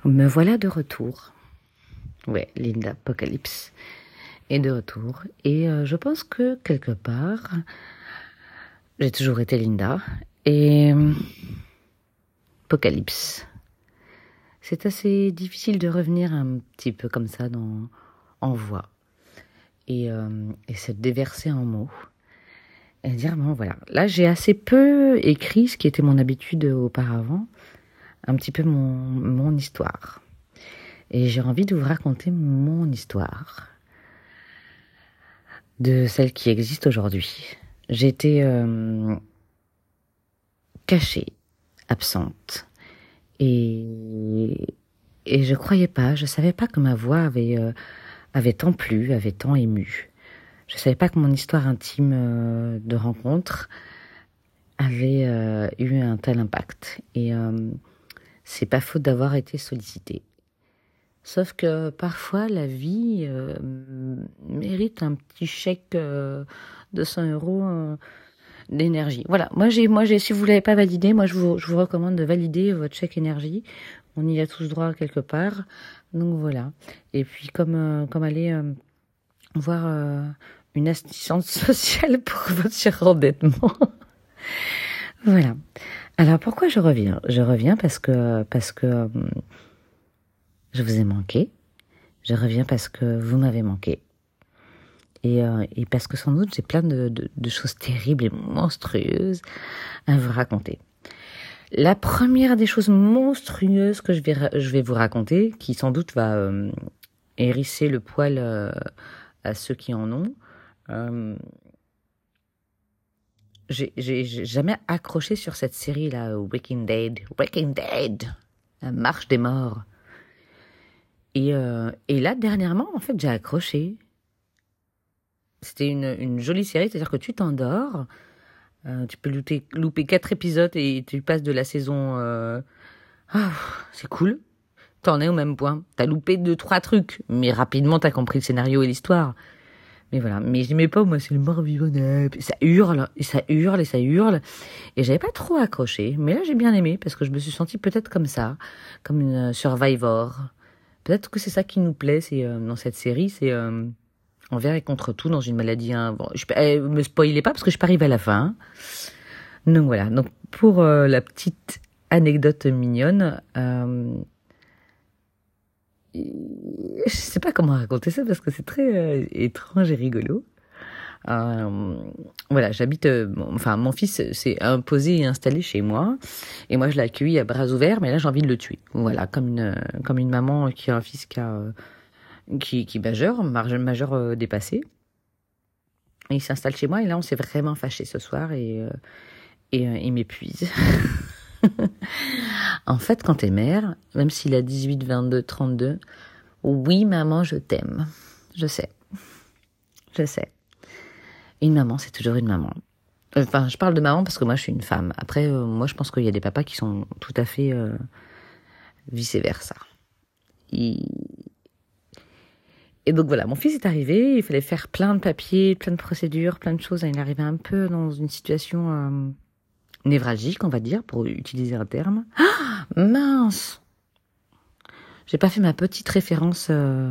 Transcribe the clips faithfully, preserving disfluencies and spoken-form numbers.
Me voilà de retour. Ouais, Linda Apocalypse est de retour. Et euh, je pense que quelque part, j'ai toujours été Linda. Et euh, Apocalypse. C'est assez difficile de revenir un petit peu comme ça dans, en voix. Et, euh, et se déverser en mots. Et dire, bon voilà, là j'ai assez peu écrit, ce qui était mon habitude auparavant, un petit peu mon, mon histoire. Et j'ai envie de vous raconter mon histoire, de celle qui existe aujourd'hui. J'étais euh, cachée, absente, et, et je croyais pas, je savais pas que ma voix avait, euh, avait tant plu, avait tant ému. Je savais pas que mon histoire intime euh, de rencontre avait euh, eu un tel impact. Et euh, c'est pas faute d'avoir été sollicitée. Sauf que parfois la vie euh, mérite un petit chèque euh, de cent euros euh, d'énergie. Voilà, moi j'ai, moi j'ai, si vous l'avez pas validé, moi je vous, je vous recommande de valider votre chèque énergie. On y a tous droit quelque part. Donc voilà. Et puis comme euh, comme aller euh, voir euh, une assistante sociale pour votre surendettement. Voilà. Alors pourquoi je reviens ? Je reviens parce que parce que euh, je vous ai manqué. Je reviens parce que vous m'avez manqué. Et, euh, et parce que sans doute j'ai plein de, de, de choses terribles et monstrueuses à vous raconter. La première des choses monstrueuses que je vais je vais vous raconter, qui sans doute va euh, hérisser le poil euh, à ceux qui en ont. Euh, J'ai, j'ai, j'ai jamais accroché sur cette série là, Walking Dead, Walking Dead, la marche des morts. Et euh, et là dernièrement, en fait, j'ai accroché. C'était une une jolie série, c'est-à-dire que tu t'endors, euh, tu peux louper louper quatre épisodes et tu passes de la saison. Euh... Ah, c'est cool. T'en es au même point. T'as loupé deux trois trucs, mais rapidement t'as compris le scénario et l'histoire. Mais voilà, mais je n'aimais pas, moi, c'est le mort vivant. Ça hurle, et ça hurle, et ça hurle. Et j'avais pas trop accroché. Mais là, j'ai bien aimé, parce que je me suis sentie peut-être comme ça, comme une survivor. Peut-être que c'est ça qui nous plaît, c'est euh, dans cette série, c'est euh, envers et contre tout, dans une maladie. Hein. Bon, je eh, me spoilez pas, parce que je suis pas arrivée à la fin. Donc voilà, donc pour euh, la petite anecdote mignonne... Euh, je sais pas comment raconter ça parce que c'est très euh, étrange et rigolo. Euh, voilà, j'habite, euh, bon, enfin mon fils s'est imposé et installé chez moi et moi je l'ai accueilli à bras ouverts, mais là j'ai envie de le tuer. Voilà, comme une comme une maman qui a un fils qui a euh, qui qui majeur, majeur euh, dépassé. Et il s'installe chez moi et là on s'est vraiment fâché ce soir et euh, et euh, il m'épuise. En fait, quand t'es mère, même s'il a dix-huit, vingt-deux, trente-deux, oui, maman, je t'aime. Je sais. Je sais. Une maman, c'est toujours une maman. Enfin, je parle de maman parce que moi, je suis une femme. Après, euh, moi, je pense qu'il y a des papas qui sont tout à fait euh, vice-versa. Et... et donc voilà, mon fils est arrivé, il fallait faire plein de papiers, plein de procédures, plein de choses. Il est arrivé un peu dans une situation... Euh, névralgique, on va dire, pour utiliser un terme. Ah, mince! J'ai pas fait ma petite référence euh,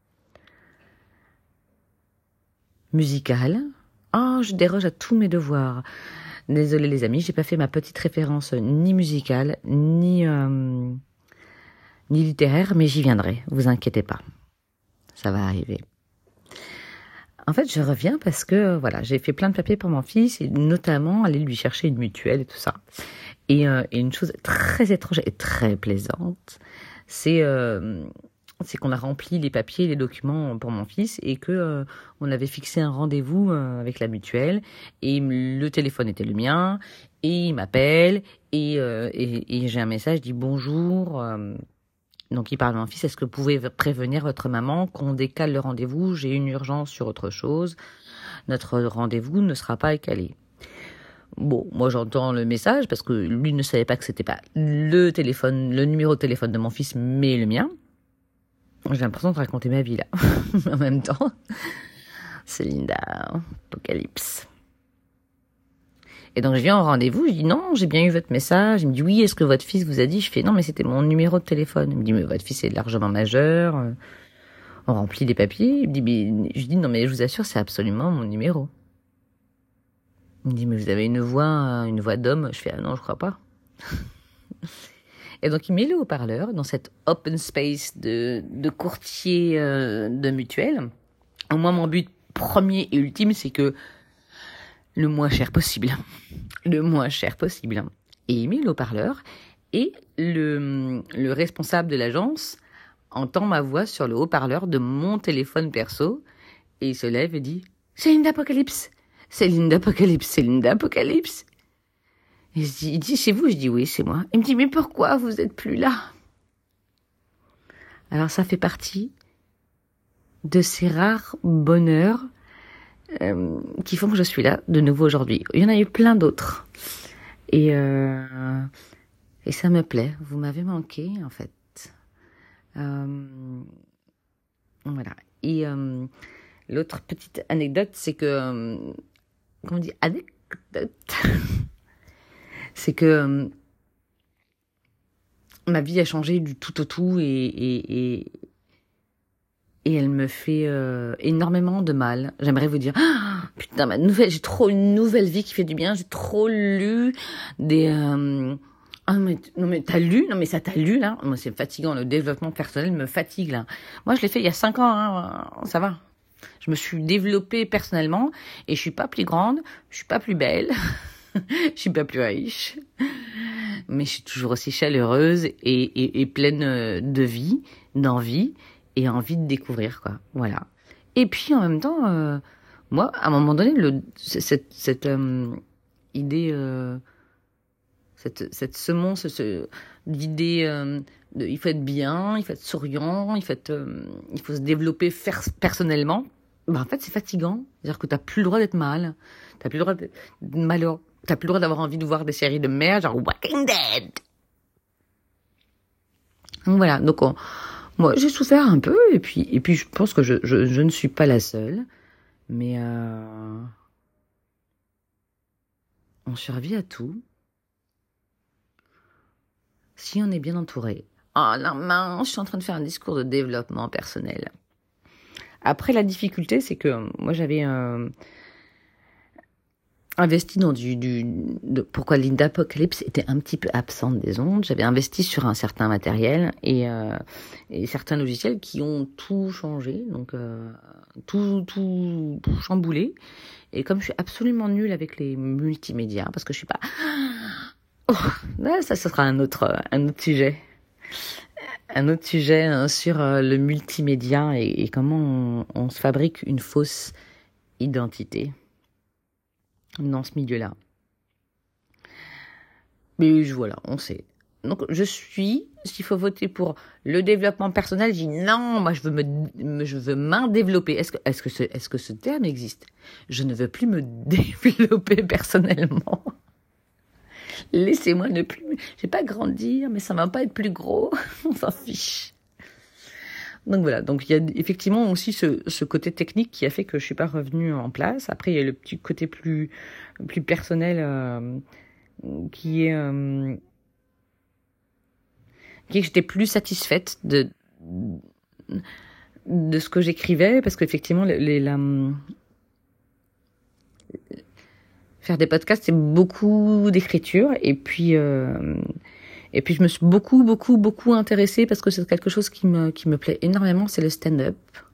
musicale. Oh, je déroge à tous mes devoirs. Désolée les amis, j'ai pas fait ma petite référence ni musicale, ni euh, ni littéraire, mais j'y viendrai, vous inquiétez pas. Ça va arriver. En fait, je reviens parce que voilà, j'ai fait plein de papiers pour mon fils et notamment aller lui chercher une mutuelle et tout ça. Et, euh, et une chose très étrange et très plaisante, c'est euh, c'est qu'on a rempli les papiers, les documents pour mon fils et que euh, on avait fixé un rendez-vous euh, avec la mutuelle et le téléphone était le mien et il m'appelle et euh, et, et j'ai un message dit bonjour. Euh, Donc il parle à mon fils, est-ce que vous pouvez prévenir votre maman qu'on décale le rendez-vous, j'ai une urgence sur autre chose, notre rendez-vous ne sera pas décalé. Bon, moi j'entends le message parce que lui ne savait pas que c'était pas le téléphone, le numéro de téléphone de mon fils, mais le mien. J'ai l'impression de raconter ma vie là, en même temps. C'est Linda Apocalypse. Et donc je viens au rendez-vous, je dis non, j'ai bien eu votre message. Il me dit oui, est-ce que votre fils vous a dit? Je fais non, mais c'était mon numéro de téléphone. Il me dit mais votre fils est largement majeur. On remplit les papiers. Il me dit mais je dis non mais je vous assure c'est absolument mon numéro. Il me dit mais vous avez une voix, une voix d'homme. Je fais ah non je crois pas. Et donc il met le haut-parleur dans cette open space de de courtier euh, de mutuelle. Moi mon but premier et ultime c'est que le moins cher possible. Le moins cher possible. Et il met le haut-parleur et le, le responsable de l'agence entend ma voix sur le haut-parleur de mon téléphone perso et il se lève et dit « Céline d'Apocalypse, Céline d'Apocalypse, Céline d'Apocalypse ». Et je dis, il dit « C'est vous ?» Je dis « Oui, c'est moi ». Il me dit « Mais pourquoi vous êtes plus là ?» Alors ça fait partie de ces rares bonheurs Euh, qui font que je suis là de nouveau aujourd'hui. Il y en a eu plein d'autres. Et, euh, et ça me plaît. Vous m'avez manqué, en fait. Euh, voilà. Et euh, l'autre petite anecdote, c'est que... Euh, comment on dit anecdote c'est que euh, ma vie a changé du tout au tout et... et, et Et elle me fait euh, énormément de mal. J'aimerais vous dire, ah, putain, ma nouvelle, j'ai trop une nouvelle vie qui fait du bien. J'ai trop lu des. Euh, ah mais non mais t'as lu, non mais ça t'a lu là. Moi c'est fatigant, le développement personnel me fatigue là. Moi je l'ai fait il y a cinq ans, hein, ça va. Je me suis développée personnellement et je suis pas plus grande, je suis pas plus belle, je suis pas plus riche, mais je suis toujours aussi chaleureuse et, et, et pleine de vie, d'envie. Et envie de découvrir, quoi. Voilà. Et puis, en même temps, euh, moi, à un moment donné, le, cette, cette euh, idée, euh, cette, cette semence ce, d'idée, euh, de, il faut être bien, il faut être souriant, il faut être, euh, il faut se développer fer- personnellement. Ben, en fait, c'est fatigant. C'est-à-dire que t'as plus le droit d'être mal. T'as plus le droit d'être malheureux. T'as plus le droit d'avoir envie de voir des séries de merde, genre Walking Dead. Donc voilà. Donc, on, moi, j'ai souffert un peu, et puis, et puis je pense que je, je, je ne suis pas la seule, mais euh, on survit à tout si on est bien entouré. Oh la mince, je suis en train de faire un discours de développement personnel. Après, la difficulté, c'est que moi, j'avais euh, investi dans du... du de, pourquoi Linda Apocalypse était un petit peu absente des ondes. J'avais investi sur un certain matériel et, euh, et certains logiciels qui ont tout changé, donc euh, tout, tout chamboulé. Et comme je suis absolument nulle avec les multimédias, parce que je suis pas... Oh, là, ça, ce sera un autre, un autre sujet. Un autre sujet hein, sur euh, le multimédia et, et comment on, on se fabrique une fausse identité dans ce milieu-là. Mais voilà, on sait. Donc je suis, s'il faut voter pour le développement personnel, je dis non, moi je veux me, je veux m'indévelopper. Est-ce que, est-ce que ce, est-ce que ce terme existe? Je ne veux plus me développer personnellement. Laissez-moi ne plus, je vais pas grandir, mais ça va pas être plus gros. On s'en fiche. Donc voilà, donc il y a effectivement aussi ce, ce côté technique qui a fait que je suis pas revenue en place. Après il y a le petit côté plus plus personnel euh, qui est euh, qui est que j'étais plus satisfaite de de ce que j'écrivais parce qu'effectivement les, les la faire des podcasts c'est beaucoup d'écriture et puis euh, Et puis je me suis beaucoup, beaucoup, beaucoup intéressée parce que c'est quelque chose qui me, qui me plaît énormément, c'est le stand-up.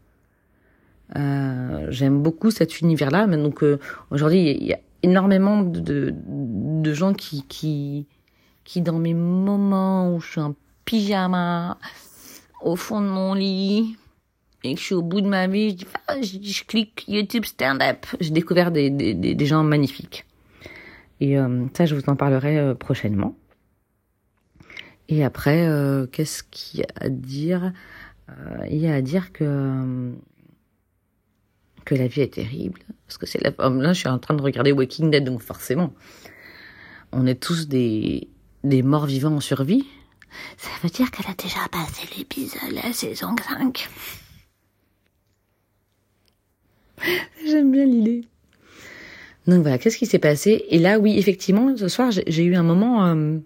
Euh, j'aime beaucoup cet univers-là, mais donc euh, aujourd'hui il y a énormément de, de, de gens qui, qui, qui dans mes moments où je suis en pyjama, au fond de mon lit, et que je suis au bout de ma vie, je dis, ah, je, je clique YouTube stand-up. J'ai découvert des, des, des, des gens magnifiques. Et euh, ça, je vous en parlerai euh, prochainement. Et après, euh, qu'est-ce qu'il y a à dire euh, Il y a à dire que euh, que la vie est terrible. Parce que c'est la... là, je suis en train de regarder Walking Dead, donc forcément, on est tous des des morts vivants en survie. Ça veut dire qu'elle a déjà passé l'épisode, la saison cinq. J'aime bien l'idée. Donc voilà, qu'est-ce qui s'est passé? Et là, oui, effectivement, ce soir, j'ai, j'ai eu un moment euh,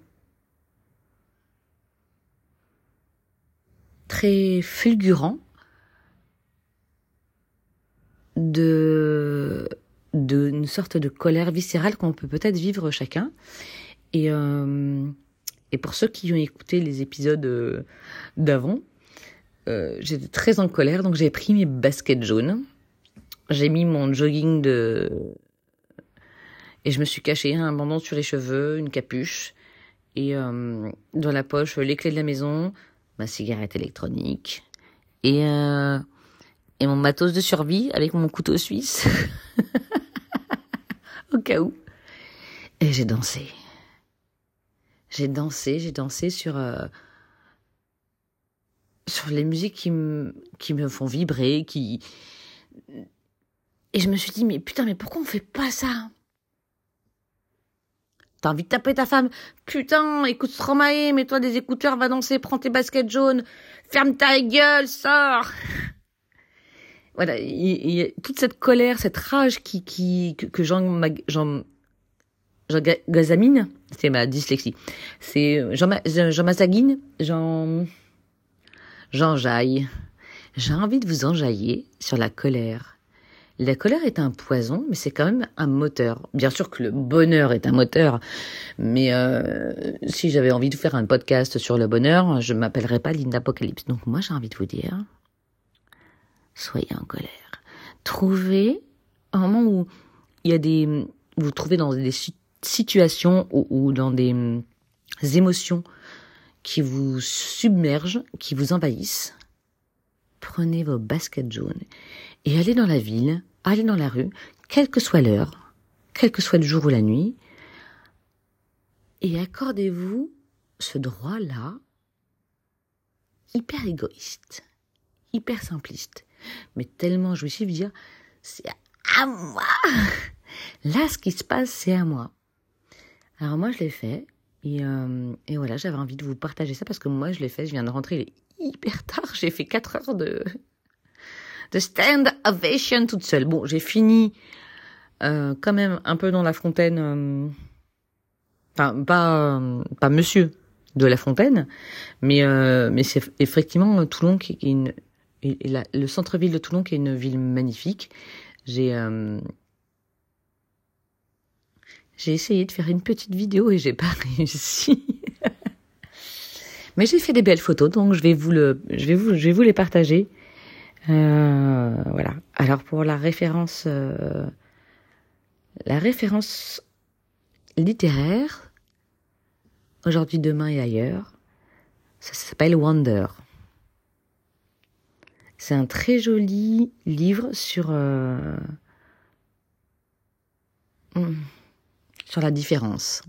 très fulgurant de d'une sorte de colère viscérale qu'on peut peut-être vivre chacun. Et, euh, et pour ceux qui ont écouté les épisodes euh, d'avant, euh, j'étais très en colère, donc j'ai pris mes baskets jaunes, j'ai mis mon jogging de... et je me suis caché un bandeau sur les cheveux, une capuche, et euh, dans la poche, les clés de la maison, ma cigarette électronique, et, euh, et mon matos de survie avec mon couteau suisse, au cas où. Et j'ai dansé. J'ai dansé, j'ai dansé sur, euh, sur les musiques qui me, qui me font vibrer, qui... Et je me suis dit, mais putain, mais pourquoi on fait pas ça? T'as envie de taper ta femme? Putain, écoute Stromae, mets-toi des écouteurs, va danser, prends tes baskets jaunes, ferme ta gueule, sors! Voilà, il y a toute cette colère, cette rage qui, qui, que, que Jean, Jean, Jean Gazamine, c'est ma dyslexie, c'est Jean, Jean Massagine, Jean, Jean Jaille. J'ai envie de vous enjailler sur la colère. La colère est un poison, mais c'est quand même un moteur. Bien sûr que le bonheur est un moteur, mais euh, si j'avais envie de faire un podcast sur le bonheur, je m'appellerais pas Linda Apocalypse. Donc moi, j'ai envie de vous dire, soyez en colère. Trouvez un moment où il y a des, vous vous trouvez dans des situations ou, ou dans des hum, émotions qui vous submergent, qui vous envahissent. Prenez vos baskets jaunes et allez dans la ville, allez dans la rue, quelle que soit l'heure, quel que soit le jour ou la nuit, et accordez-vous ce droit-là, hyper égoïste, hyper simpliste, mais tellement jouissif de dire « c'est à moi !» Là, ce qui se passe, c'est à moi. Alors moi, je l'ai fait, et, euh, et voilà, j'avais envie de vous partager ça, parce que moi, je l'ai fait, je viens de rentrer, il est hyper tard, j'ai fait quatre heures de, de stand ovation toute seule. Bon, j'ai fini euh, quand même un peu dans la fontaine, euh, enfin, pas, euh, pas monsieur de la fontaine, mais, euh, mais c'est effectivement Toulon qui est une, et la, le centre-ville de Toulon qui est une ville magnifique. J'ai, euh, j'ai essayé de faire une petite vidéo et j'ai pas réussi. Mais j'ai fait des belles photos, donc je vais vous le, je vais vous, je vais vous les partager. Euh, voilà. Alors pour la référence, euh, la référence littéraire, aujourd'hui, demain et ailleurs, ça s'appelle Wonder. C'est un très joli livre sur euh, sur la différence.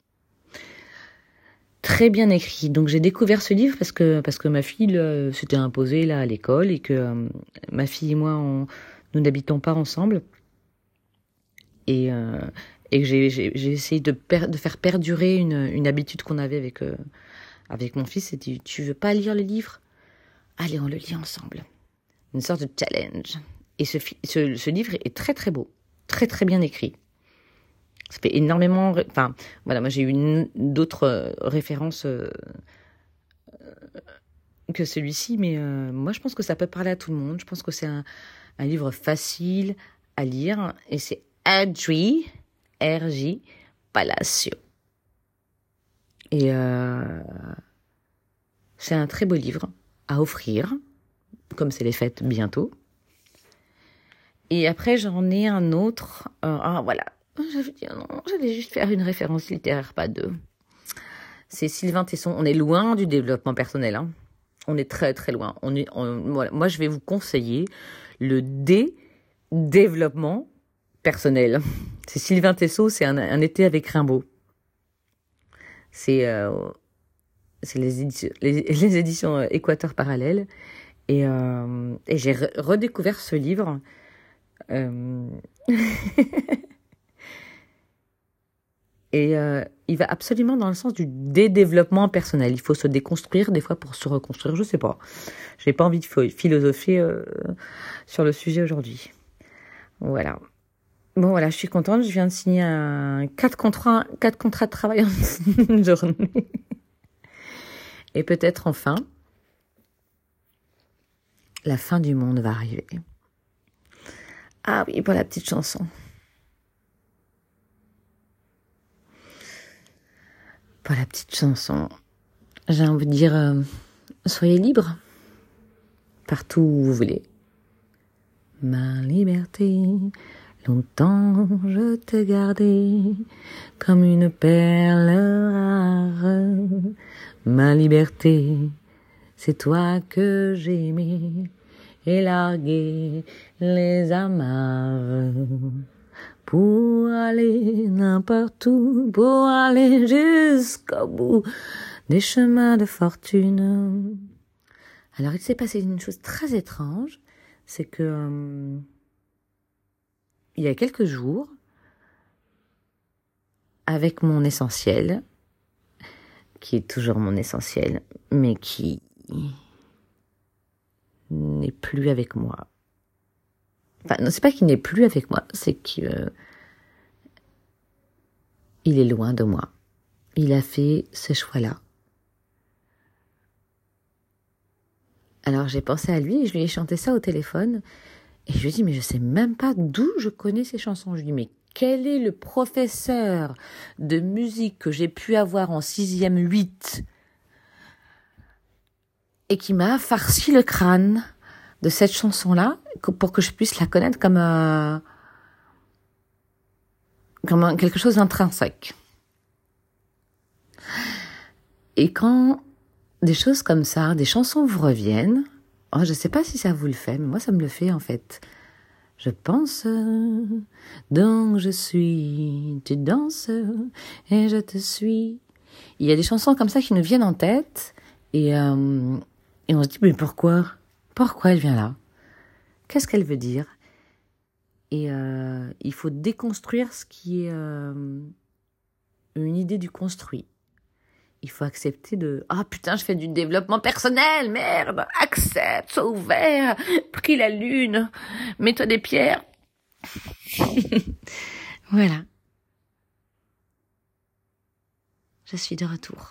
Très bien écrit. Donc j'ai découvert ce livre parce que parce que ma fille euh, s'était imposée là à l'école et que euh, ma fille et moi on, nous n'habitons pas ensemble et euh, et que j'ai j'ai, j'ai essayé de per, de faire perdurer une une habitude qu'on avait avec euh, avec mon fils. C'était tu veux pas lire le livre? Allez, on le lit ensemble. Une sorte de challenge. Et ce ce, ce livre est très très beau, très très bien écrit. Ça fait énormément... Enfin, voilà, moi j'ai eu une, d'autres euh, références euh, euh, que celui-ci, mais euh, moi je pense que ça peut parler à tout le monde. Je pense que c'est un, un livre facile à lire, et c'est Adri, R J, Palacio. Et euh, c'est un très beau livre à offrir, comme c'est les fêtes bientôt. Et après j'en ai un autre... Euh, ah, voilà. J'avais dit non, j'allais juste faire une référence littéraire, pas deux. C'est Sylvain Tesson. On est loin du développement personnel. Hein. On est très très loin. On est, on, voilà. Moi, je vais vous conseiller le dé-développement personnel. C'est Sylvain Tesson, c'est un, un été avec Rimbaud. C'est, euh, c'est les éditions, les, les éditions Équateur Parallèle. Et, euh, et j'ai re- redécouvert ce livre. Euh... Et euh, il va absolument dans le sens du dédéveloppement personnel. Il faut se déconstruire des fois pour se reconstruire. Je sais pas. J'ai pas envie de philosopher euh, sur le sujet aujourd'hui. Voilà. Bon, voilà, je suis contente. Je viens de signer un quatre contrats, quatre contrats de travail en une journée. Et peut-être enfin, la fin du monde va arriver. Ah oui, pour la petite chanson. Pour la petite chanson. J'ai envie de dire, euh, soyez libres. Partout où vous voulez. Ma liberté, longtemps je t'ai gardée comme une perle rare. Ma liberté, c'est toi que j'ai aimé et largué les amarres. Pour aller n'importe où, pour aller jusqu'au bout des chemins de fortune. Alors il s'est passé une chose très étrange, c'est que euh, il y a quelques jours, avec mon essentiel, qui est toujours mon essentiel, mais qui n'est plus avec moi. Enfin, non, c'est pas qu'il n'est plus avec moi, c'est qu'il euh, est loin de moi. Il a fait ce choix-là. Alors j'ai pensé à lui et je lui ai chanté ça au téléphone. Et je lui ai dit, mais je sais même pas d'où je connais ces chansons. Je lui ai dit, mais quel est le professeur de musique que j'ai pu avoir en sixième huit et qui m'a farci le crâne de cette chanson-là pour que je puisse la connaître comme, euh, comme un, quelque chose d'intrinsèque. Et quand des choses comme ça, des chansons vous reviennent, oh, je sais pas si ça vous le fait, mais moi ça me le fait en fait. Je pense, donc je suis, tu danses et je te suis. Il y a des chansons comme ça qui nous viennent en tête et, euh, et on se dit, mais pourquoi Pourquoi elle vient là? Qu'est-ce qu'elle veut dire? Et euh, il faut déconstruire ce qui est euh, une idée du construit. Il faut accepter de... Ah oh, putain, je fais du développement personnel, merde. Accepte, sois ouvert, prie la lune, mets-toi des pierres. Voilà. Je suis de retour.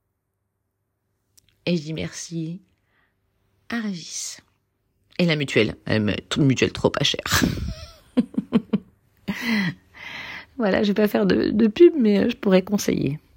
Et je dis merci à Régis. Et la mutuelle. Une mutuelle trop pas chère. Voilà, je vais pas faire de, de pub, mais je pourrais conseiller.